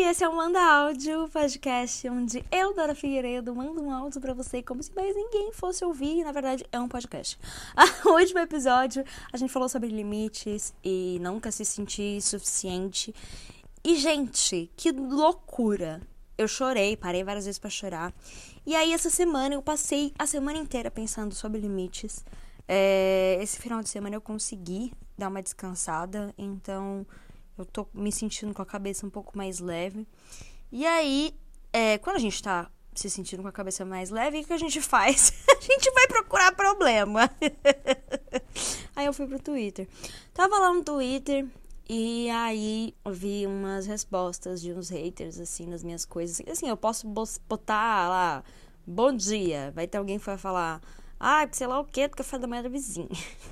esse é o Manda Áudio, podcast onde eu, Dora Figueiredo, mando um áudio pra você como se mais ninguém fosse ouvir. Na verdade, é um podcast. No último episódio, a gente falou sobre limites e nunca se sentir suficiente. E, gente, que loucura! Eu chorei, parei várias vezes pra chorar. E aí, essa semana, eu passei a semana inteira pensando sobre limites. Esse final de semana eu consegui dar uma descansada, então eu tô me sentindo com a cabeça um pouco mais leve. E aí, quando a gente tá se sentindo com a cabeça mais leve, o que a gente faz? A gente vai procurar problema. Aí eu fui pro Twitter. Tava lá no Twitter e aí eu vi umas respostas de uns haters, assim, nas minhas coisas. Assim, eu posso botar lá, bom dia. Vai ter alguém que vai falar, sei lá o que, do café da manhã da vizinha.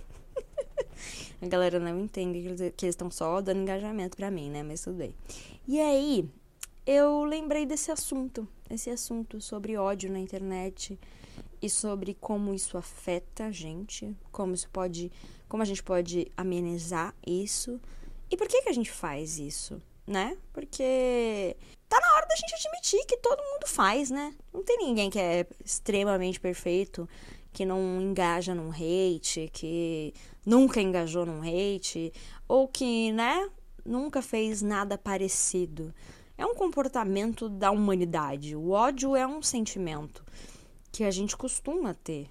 A galera não entende que eles estão só dando engajamento pra mim, né? Mas tudo bem. E aí, eu lembrei desse assunto sobre ódio na internet e sobre como isso afeta a gente, como a gente pode amenizar isso e por que a gente faz isso, né? Porque tá na hora da gente admitir que todo mundo faz, né? Não tem ninguém que é extremamente perfeito, que não engaja num hate, que nunca engajou num hate, ou que, né, nunca fez nada parecido. É um comportamento da humanidade. O ódio é um sentimento que a gente costuma ter.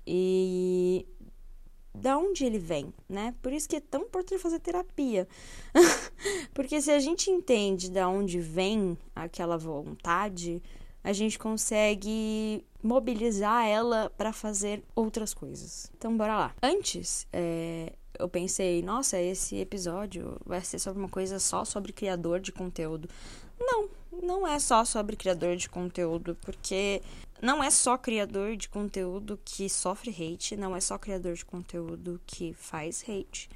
E da onde ele vem, né? Por isso que é tão importante fazer terapia. Porque se a gente entende da onde vem aquela vontade, a gente consegue mobilizar ela para fazer outras coisas. Então, bora lá. Antes, eu pensei, nossa, esse episódio vai ser sobre uma coisa só sobre criador de conteúdo. Não é só sobre criador de conteúdo, porque não é só criador de conteúdo que sofre hate, não é só criador de conteúdo que faz hate.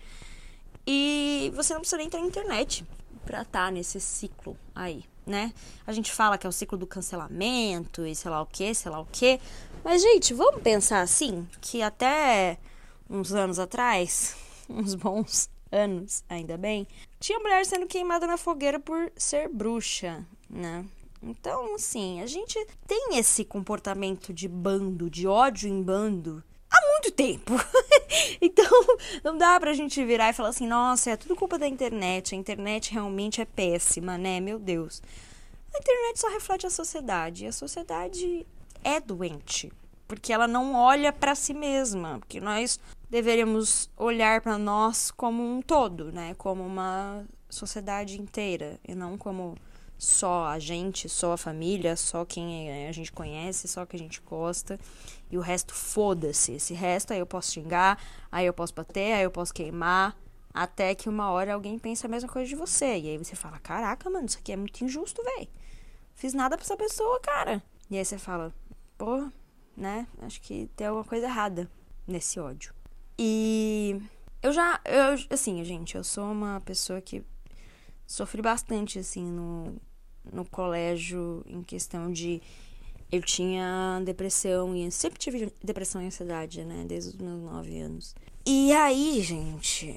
E você não precisa nem entrar na internet pra estar nesse ciclo aí, né? A gente fala que é o ciclo do cancelamento e sei lá o quê. Mas, gente, vamos pensar assim, que até uns anos atrás, uns bons anos, ainda bem, tinha mulher sendo queimada na fogueira por ser bruxa, né? Então, assim, a gente tem esse comportamento de bando, de ódio em bando, há muito tempo. Então, não dá pra gente virar e falar assim, nossa, é tudo culpa da internet, a internet realmente é péssima, né? Meu Deus. A internet só reflete a sociedade, e a sociedade é doente, porque ela não olha pra si mesma, porque nós deveríamos olhar pra nós como um todo, né? Como uma sociedade inteira, e não como só a gente, só a família, só quem a gente conhece, só que a gente gosta, e o resto foda-se. Esse resto aí eu posso xingar, aí eu posso bater, aí eu posso queimar, até que uma hora alguém pensa a mesma coisa de você, e aí você fala, caraca, mano, isso aqui é muito injusto, velho. Fiz nada pra essa pessoa, cara. E aí você fala, pô, né, acho que tem alguma coisa errada nesse ódio. E assim, gente, eu sou uma pessoa que sofri bastante, assim, no colégio, em questão de... Eu tinha depressão, e sempre tive depressão e ansiedade, né, desde os meus 9 anos. E aí, gente,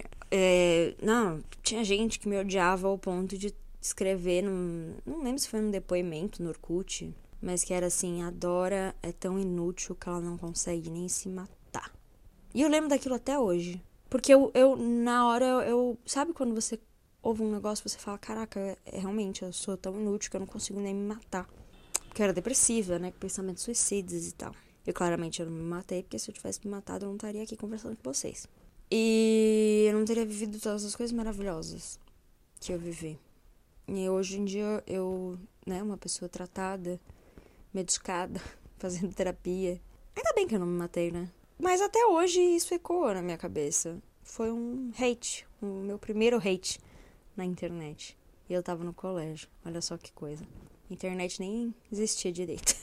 tinha gente que me odiava ao ponto de escrever não lembro se foi num depoimento no Orkut, mas que era assim, a Dora é tão inútil que ela não consegue nem se matar. E eu lembro daquilo até hoje. Porque eu na hora, sabe quando você ouve um negócio e você fala, caraca, realmente, eu sou tão inútil que eu não consigo nem me matar. Porque eu era depressiva, né, com pensamentos suicidas e tal. Claramente eu não me matei, porque se eu tivesse me matado eu não estaria aqui conversando com vocês. E eu não teria vivido todas as coisas maravilhosas que eu vivi. E hoje em dia eu, né, uma pessoa tratada, medicada, fazendo terapia. Ainda bem que eu não me matei, né? Mas até hoje isso ecoa na minha cabeça. Foi um hate, o meu primeiro hate na internet. E eu tava no colégio, olha só que coisa. A internet nem existia direito.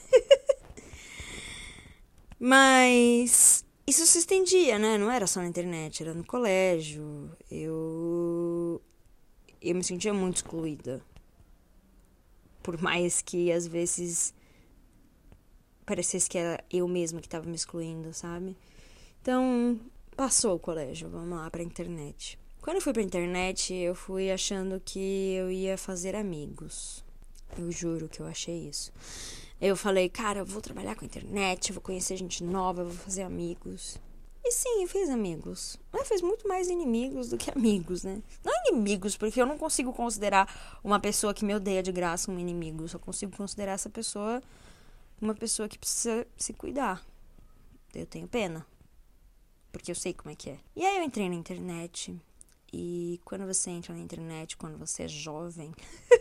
Mas isso se estendia, né? Não era só na internet, era no colégio. Eu me sentia muito excluída. Por mais que às vezes parecesse que era eu mesma que estava me excluindo, sabe? Então, passou o colégio, vamos lá pra internet. Quando eu fui pra internet, eu fui achando que eu ia fazer amigos. Eu juro que eu achei isso. Eu falei, cara, eu vou trabalhar com a internet, eu vou conhecer gente nova, eu vou fazer amigos. E sim, eu fiz amigos. Eu fiz muito mais inimigos do que amigos, né? Não inimigos, porque eu não consigo considerar uma pessoa que me odeia de graça um inimigo. Eu só consigo considerar essa pessoa uma pessoa que precisa se cuidar. Eu tenho pena. Porque eu sei como é que é. E aí eu entrei na internet. E quando você entra na internet, quando você é jovem...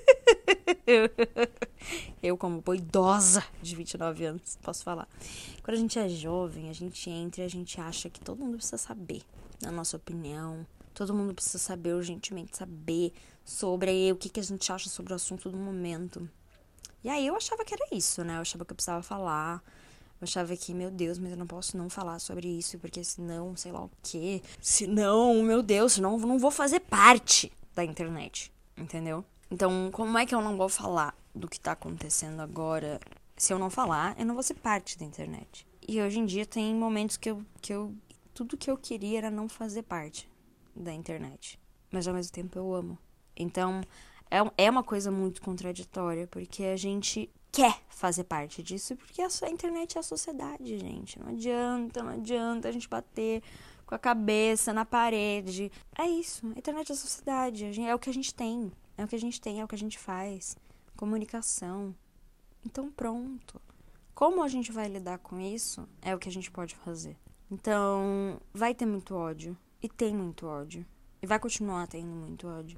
Eu, como boa idosa de 29 anos, posso falar. Quando a gente é jovem, a gente entra e a gente acha que todo mundo precisa saber, na nossa opinião. Todo mundo precisa saber, urgentemente saber sobre o que a gente acha sobre o assunto do momento. E aí eu achava que era isso, né? Eu achava que eu precisava falar. Eu achava que, meu Deus, mas eu não posso não falar sobre isso, porque senão, sei lá o quê. Senão, meu Deus, senão eu não vou fazer parte da internet, entendeu? Então, como é que eu não vou falar do que tá acontecendo agora? Se eu não falar, eu não vou ser parte da internet. E hoje em dia tem momentos que eu tudo que eu queria era não fazer parte da internet. Mas ao mesmo tempo eu amo. Então, é uma coisa muito contraditória, porque a gente quer fazer parte disso, porque a internet é a sociedade, gente. Não adianta a gente bater com a cabeça na parede. É isso, a internet é a sociedade, é o que a gente tem. É o que a gente tem, é o que a gente faz. Comunicação. Então, pronto. Como a gente vai lidar com isso, é o que a gente pode fazer. Então, vai ter muito ódio. E tem muito ódio. E vai continuar tendo muito ódio.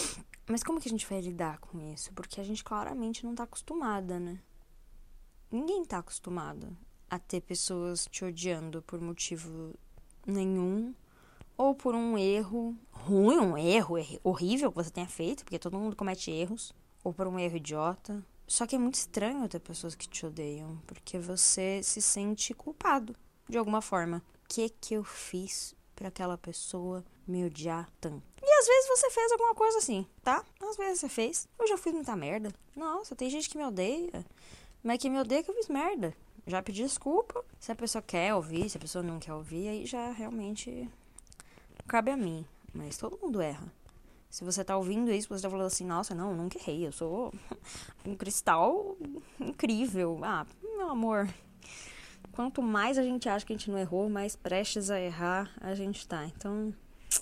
Mas como que a gente vai lidar com isso? Porque a gente claramente não tá acostumada, né? Ninguém tá acostumado a ter pessoas te odiando por motivo nenhum. Ou por um erro ruim, um erro horrível que você tenha feito, porque todo mundo comete erros. Ou por um erro idiota. Só que é muito estranho ter pessoas que te odeiam, porque você se sente culpado, de alguma forma. O que eu fiz pra aquela pessoa me odiar tanto? E às vezes você fez alguma coisa assim, tá? Às vezes você fez. Eu já fiz muita merda. Nossa, tem gente que me odeia. Mas que me odeia que eu fiz merda. Já pedi desculpa. Se a pessoa quer ouvir, se a pessoa não quer ouvir, aí já realmente cabe a mim. Mas todo mundo erra. Se você tá ouvindo isso, você tá falando assim, nossa, não, nunca errei, eu sou um cristal incrível. Ah, meu amor, quanto mais a gente acha que a gente não errou, mais prestes a errar a gente tá. Então,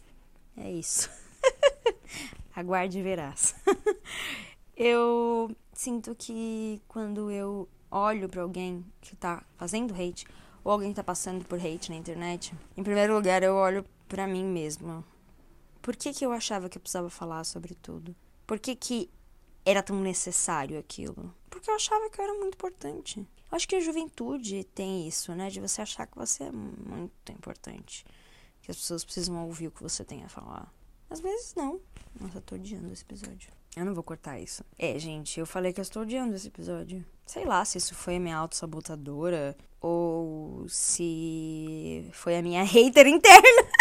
é isso. Aguarde e verás. Eu sinto que quando eu olho pra alguém que tá fazendo hate, ou alguém que tá passando por hate na internet, em primeiro lugar eu olho pra mim mesma. Por que eu achava que eu precisava falar sobre tudo? Por que era tão necessário aquilo? Porque eu achava que eu era muito importante. Eu acho que a juventude tem isso, né? De você achar que você é muito importante. Que as pessoas precisam ouvir o que você tem a falar. Às vezes não. Nossa, eu tô odiando esse episódio. Eu não vou cortar isso. Gente, eu falei que eu estou odiando esse episódio. Sei lá se isso foi a minha autossabotadora ou se foi a minha hater interna.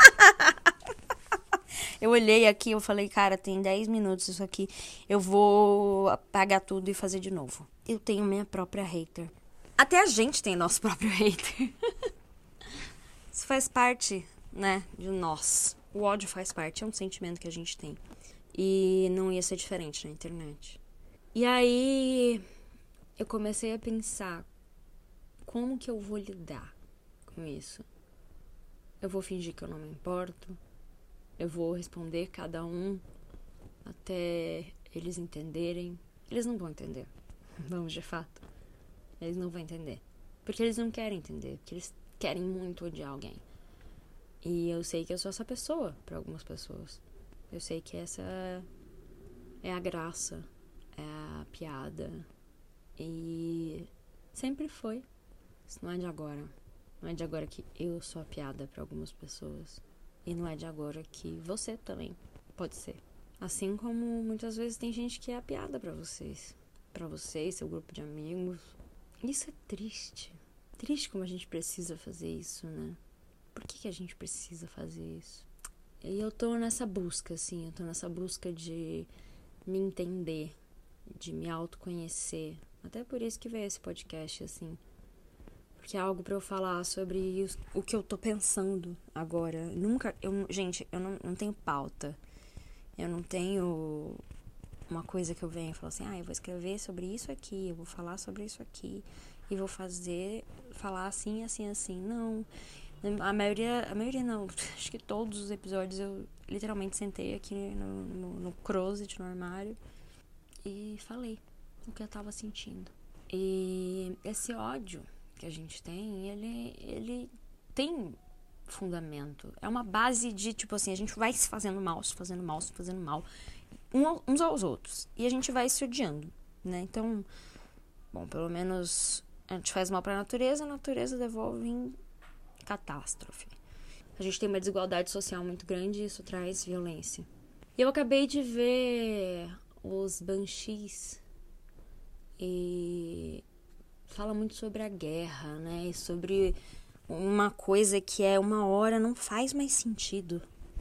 Eu olhei aqui e eu falei, cara, tem 10 minutos isso aqui. Eu vou apagar tudo e fazer de novo. Eu tenho minha própria hater. Até a gente tem nosso próprio hater. Isso faz parte, né, de nós. O ódio faz parte, é um sentimento que a gente tem. E não ia ser diferente na internet. E aí, eu comecei a pensar, como que eu vou lidar com isso? Eu vou fingir que eu não me importo? Eu vou responder cada um até eles entenderem? Eles não vão entender, vamos de fato. Eles não vão entender. Porque eles não querem entender, porque eles querem muito odiar alguém. E eu sei que eu sou essa pessoa para algumas pessoas. Eu sei que essa é a graça, é a piada. E sempre foi. Isso não é de agora. Não é de agora que eu sou a piada para algumas pessoas. E não é de agora que você também pode ser. Assim como muitas vezes tem gente que é a piada pra vocês. Pra vocês, seu grupo de amigos. Isso é triste. Triste como a gente precisa fazer isso, né? Por que a gente precisa fazer isso? E eu tô nessa busca, assim. Eu tô nessa busca de me entender. De me autoconhecer. Até por isso que veio esse podcast, assim. Porque é algo pra eu falar sobre o que eu tô pensando agora. Gente, eu não tenho pauta. Eu não tenho uma coisa que eu venho e falo assim, eu vou escrever sobre isso aqui, eu vou falar sobre isso aqui, e vou falar assim, assim, assim. Não, a maioria não, acho que todos os episódios eu literalmente sentei aqui no closet, no armário, e falei o que eu tava sentindo. E esse ódio que a gente tem, ele tem fundamento. É uma base de, tipo assim, a gente vai se fazendo mal, uns aos outros. E a gente vai se odiando, né? Então, bom, pelo menos a gente faz mal pra natureza, a natureza devolve em catástrofe. A gente tem uma desigualdade social muito grande e isso traz violência. E eu acabei de ver os Banshees e fala muito sobre a guerra, né? E sobre uma coisa que uma hora não faz mais sentido.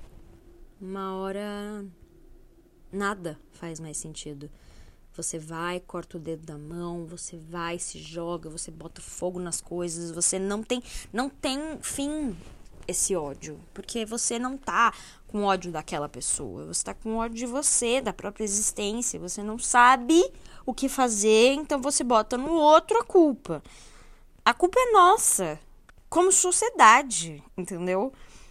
Uma hora nada faz mais sentido. Você vai, corta o dedo da mão, você vai, se joga, você bota fogo nas coisas, você não tem fim esse ódio, porque você não tá com ódio daquela pessoa, você tá com ódio de você, da própria existência, você não sabe o que fazer, então você bota no outro a culpa. A culpa é nossa, como sociedade, entendeu?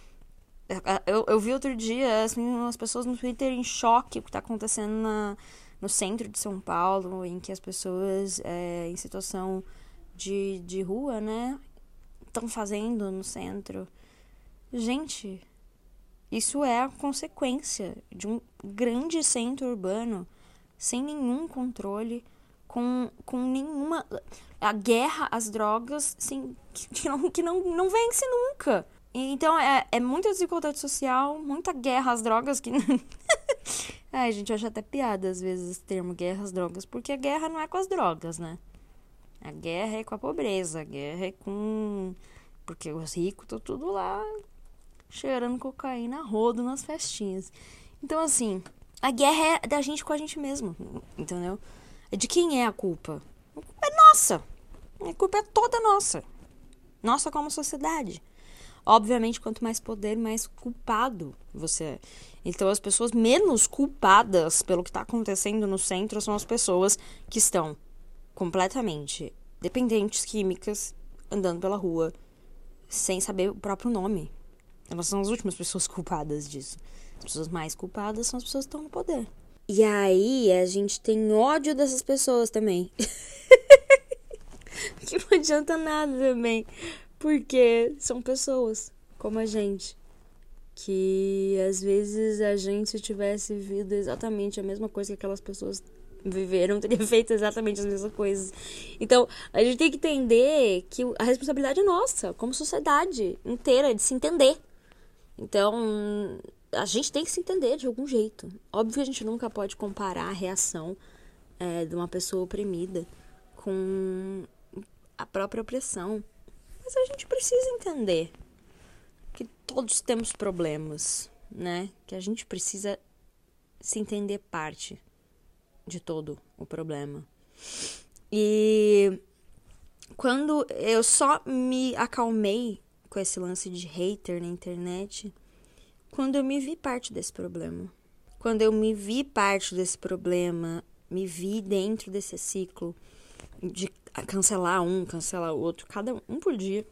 Eu vi outro dia, assim, as pessoas no Twitter em choque com o que tá acontecendo no centro de São Paulo, em que as pessoas em situação de rua, né, estão fazendo no centro. Gente, isso é a consequência de um grande centro urbano sem nenhum controle, com nenhuma... A guerra às drogas que não vence nunca. Então, é muita desigualdade social, muita guerra às drogas que... Ai, gente, eu acho até piada às vezes esse termo guerra às drogas, porque a guerra não é com as drogas, né? A guerra é com a pobreza, a guerra é com... Porque os ricos estão tudo lá cheirando cocaína a rodo nas festinhas. Então, assim, a guerra é da gente com a gente mesmo, entendeu? É de quem é a culpa? A culpa é nossa. A culpa é toda nossa. Nossa como sociedade. Obviamente, quanto mais poder, mais culpado você é. Então, as pessoas menos culpadas pelo que está acontecendo no centro são as pessoas que estão completamente dependentes químicas, andando pela rua, sem saber o próprio nome. Elas são as últimas pessoas culpadas disso. As pessoas mais culpadas são as pessoas que estão no poder. E aí, a gente tem ódio dessas pessoas também. Que não adianta nada também. Porque são pessoas como a gente. Que às vezes a gente, se tivesse vivido exatamente a mesma coisa que aquelas pessoas viveram, teria feito exatamente as mesmas coisas. Então, a gente tem que entender que a responsabilidade é nossa, como sociedade inteira, de se entender. Então, a gente tem que se entender de algum jeito. Óbvio que a gente nunca pode comparar a reação de uma pessoa oprimida com a própria opressão. Mas a gente precisa entender que todos temos problemas, né? Que a gente precisa se entender parte de todo o problema. E quando eu só me acalmei com esse lance de hater na internet, quando eu me vi parte desse problema. Quando eu me vi parte desse problema, me vi dentro desse ciclo de cancelar um, cancelar o outro, cada um por dia.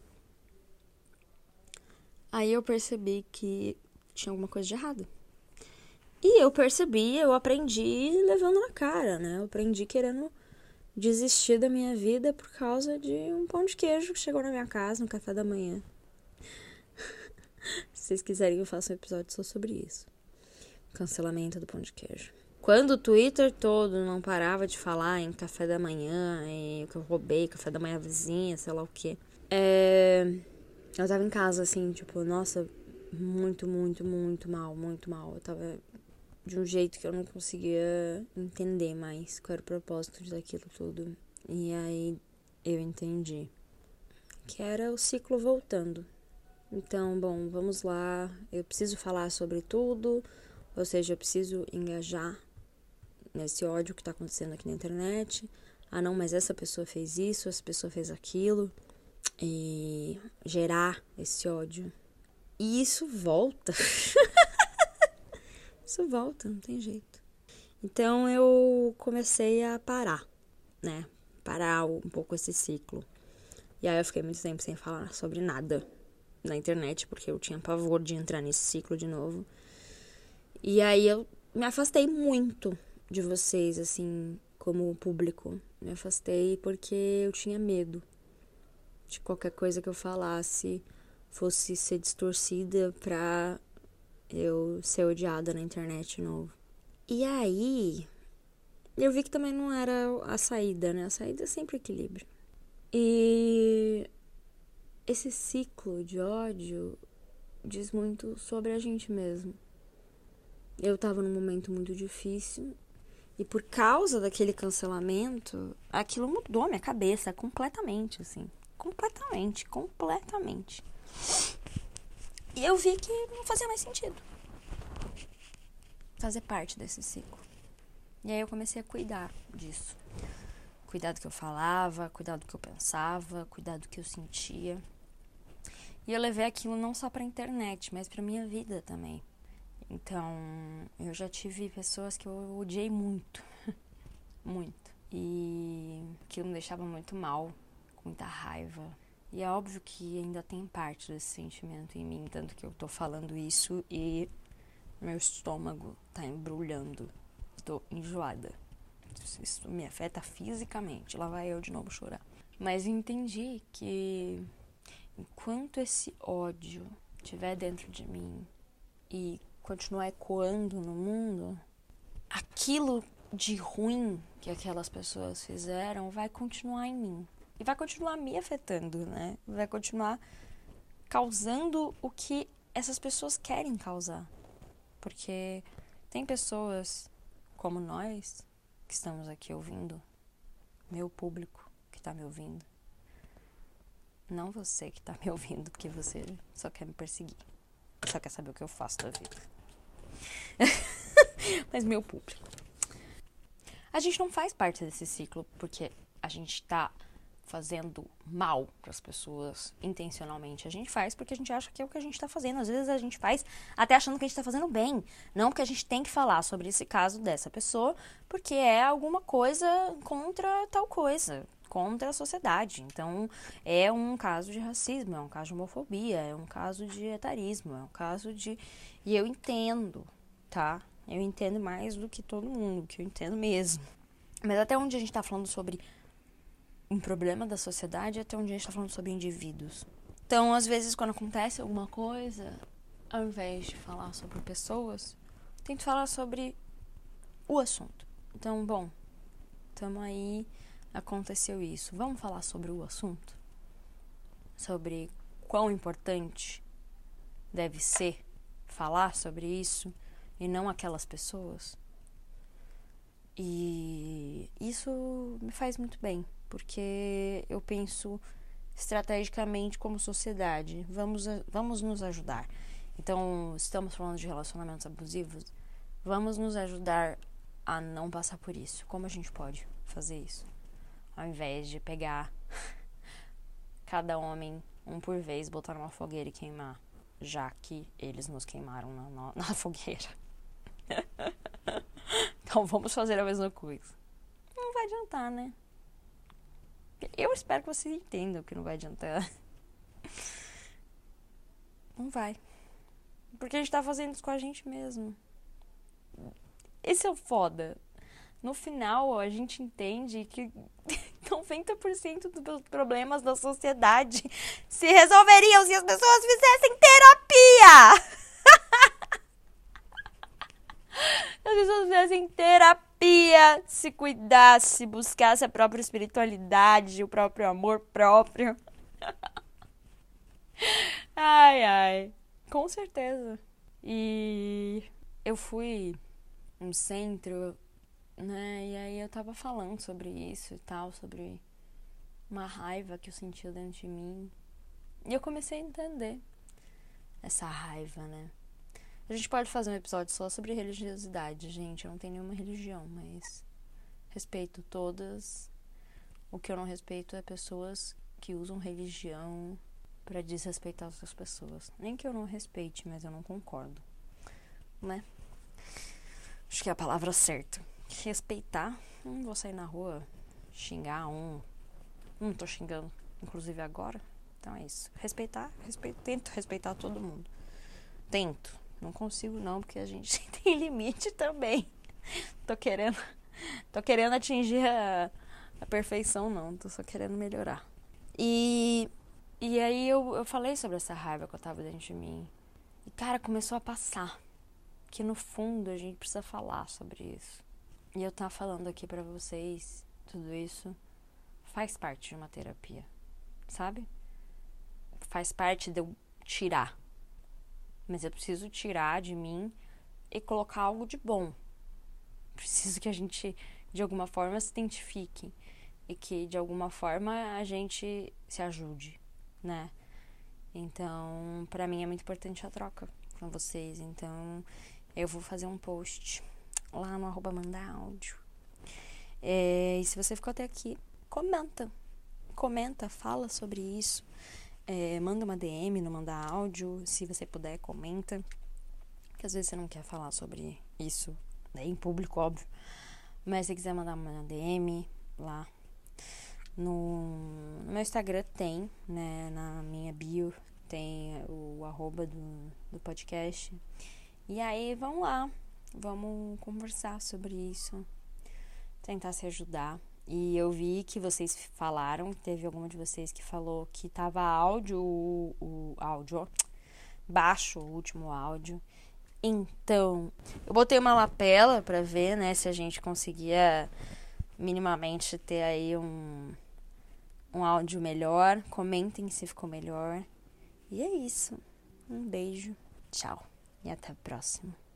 Aí eu percebi que tinha alguma coisa de errado. E eu aprendi levando na cara, né? Eu aprendi querendo desistir da minha vida por causa de um pão de queijo que chegou na minha casa no café da manhã. Se vocês quiserem, eu faço um episódio só sobre isso. Cancelamento do pão de queijo. Quando o Twitter todo não parava de falar em café da manhã, e que eu roubei café da manhã vizinha, sei lá o quê. Eu tava em casa, assim, tipo, nossa, muito, muito, muito mal, muito mal. Eu tava de um jeito que eu não conseguia entender mais qual era o propósito daquilo tudo. E aí eu entendi que era o ciclo voltando. Então, bom, vamos lá. Eu preciso falar sobre tudo, ou seja, eu preciso engajar nesse ódio que tá acontecendo aqui na internet. Ah, não, mas essa pessoa fez isso, essa pessoa fez aquilo. E gerar esse ódio. E isso volta. Isso volta, não tem jeito. Então eu comecei a parar, né? Parar um pouco esse ciclo. E aí eu fiquei muito tempo sem falar sobre nada na internet, porque eu tinha pavor de entrar nesse ciclo de novo. E aí eu me afastei muito de vocês, assim, como público. Me afastei porque eu tinha medo de qualquer coisa que eu falasse fosse ser distorcida pra eu ser odiada na internet de novo. E aí eu vi que também não era a saída, né? A saída é sempre equilíbrio. E esse ciclo de ódio diz muito sobre a gente mesmo. Eu tava num momento muito difícil e por causa daquele cancelamento, aquilo mudou minha cabeça completamente, assim. Completamente. E eu vi que não fazia mais sentido fazer parte desse ciclo. E aí eu comecei a cuidar disso. Cuidar do que eu falava, cuidar do que eu pensava, cuidar do que eu sentia. E eu levei aquilo não só pra internet, mas pra minha vida também. Então, eu já tive pessoas que eu odiei muito. Muito. E aquilo me deixava muito mal, com muita raiva. E é óbvio que ainda tem parte desse sentimento em mim, tanto que eu tô falando isso e meu estômago tá embrulhando. Tô enjoada. Isso me afeta fisicamente. Lá vai eu de novo chorar. Mas entendi que enquanto esse ódio estiver dentro de mim e continuar ecoando no mundo, aquilo de ruim que aquelas pessoas fizeram vai continuar em mim. E vai continuar me afetando, né? Vai continuar causando o que essas pessoas querem causar. Porque tem pessoas como nós, que estamos aqui ouvindo, meu público que está me ouvindo, não você que está me ouvindo, porque você só quer me perseguir, só quer saber o que eu faço da vida. Mas meu público. A gente não faz parte desse ciclo porque a gente está fazendo mal para as pessoas intencionalmente. A gente faz porque a gente acha que é o que a gente está fazendo. Às vezes a gente faz até achando que a gente está fazendo bem. Não porque a gente tem que falar sobre esse caso dessa pessoa, porque é alguma coisa contra tal coisa, contra a sociedade. Então, é um caso de racismo, é um caso de homofobia, é um caso de etarismo, é um caso de... E eu entendo, tá? Eu entendo mais do que todo mundo, que eu entendo mesmo. Mas até onde a gente tá falando sobre um problema da sociedade, até onde a gente tá falando sobre indivíduos. Então, às vezes, quando acontece alguma coisa, ao invés de falar sobre pessoas, tento falar sobre o assunto. Então, bom, tamo aí, aconteceu isso. Vamos falar sobre o assunto? Sobre quão importante deve ser falar sobre isso e não aquelas pessoas. E isso me faz muito bem, porque eu penso estrategicamente como sociedade. Vamos nos ajudar. Então, estamos falando de relacionamentos abusivos, vamos nos ajudar a não passar por isso. Como a gente pode fazer isso? Ao invés de pegar cada homem, um por vez, botar numa fogueira e queimar, já que eles nos queimaram na fogueira. Então vamos fazer a mesma coisa. Não vai adiantar, né? Eu espero que vocês entendam que não vai adiantar. Não vai. Porque a gente tá fazendo isso com a gente mesmo. Esse é o foda. No final, a gente entende que 90% dos problemas da sociedade se resolveriam se as pessoas fizessem terapia. As pessoas fizessem terapia, se cuidasse, buscasse a própria espiritualidade, o próprio amor próprio. Ai, com certeza. E eu fui no centro, né, e aí eu tava falando sobre isso e tal, sobre uma raiva que eu sentia dentro de mim. E eu comecei a entender essa raiva, né. A gente pode fazer um episódio só sobre religiosidade, gente. Eu não tenho nenhuma religião, mas respeito todas. O que eu não respeito é pessoas que usam religião pra desrespeitar outras pessoas. Nem que eu não respeite, mas eu não concordo, né? Acho que é a palavra certa. Respeitar. Não vou sair na rua xingar Não tô xingando, inclusive agora. Então é isso. Tento respeitar todo mundo. Tento. Não consigo não, porque a gente tem limite também. Tô querendo atingir a perfeição, não. Tô só querendo melhorar. E aí eu falei sobre essa raiva que eu tava dentro de mim. E, cara, começou a passar. Que no fundo a gente precisa falar sobre isso. E eu tava falando aqui pra vocês, tudo isso faz parte de uma terapia, sabe? Faz parte de eu tirar. Mas eu preciso tirar de mim e colocar algo de bom. Preciso que a gente, de alguma forma, se identifique. E que, de alguma forma, a gente se ajude, né? Então, pra mim é muito importante a troca com vocês. Então, eu vou fazer um post lá no @mandaáudio. E se você ficou até aqui, comenta, fala sobre isso. Manda uma DM no Manda Áudio, se você puder, comenta. Porque às vezes você não quer falar sobre isso, né, em público, óbvio. Mas se quiser mandar uma DM lá no meu Instagram tem, né, na minha bio tem o @ do podcast. E aí, vamos lá, vamos conversar sobre isso, tentar se ajudar. E eu vi que vocês falaram, teve alguma de vocês que falou que tava o áudio, baixo, o último áudio. Então, eu botei uma lapela pra ver, né, se a gente conseguia minimamente ter aí um áudio melhor. Comentem se ficou melhor. E é isso. Um beijo, tchau e até a próxima.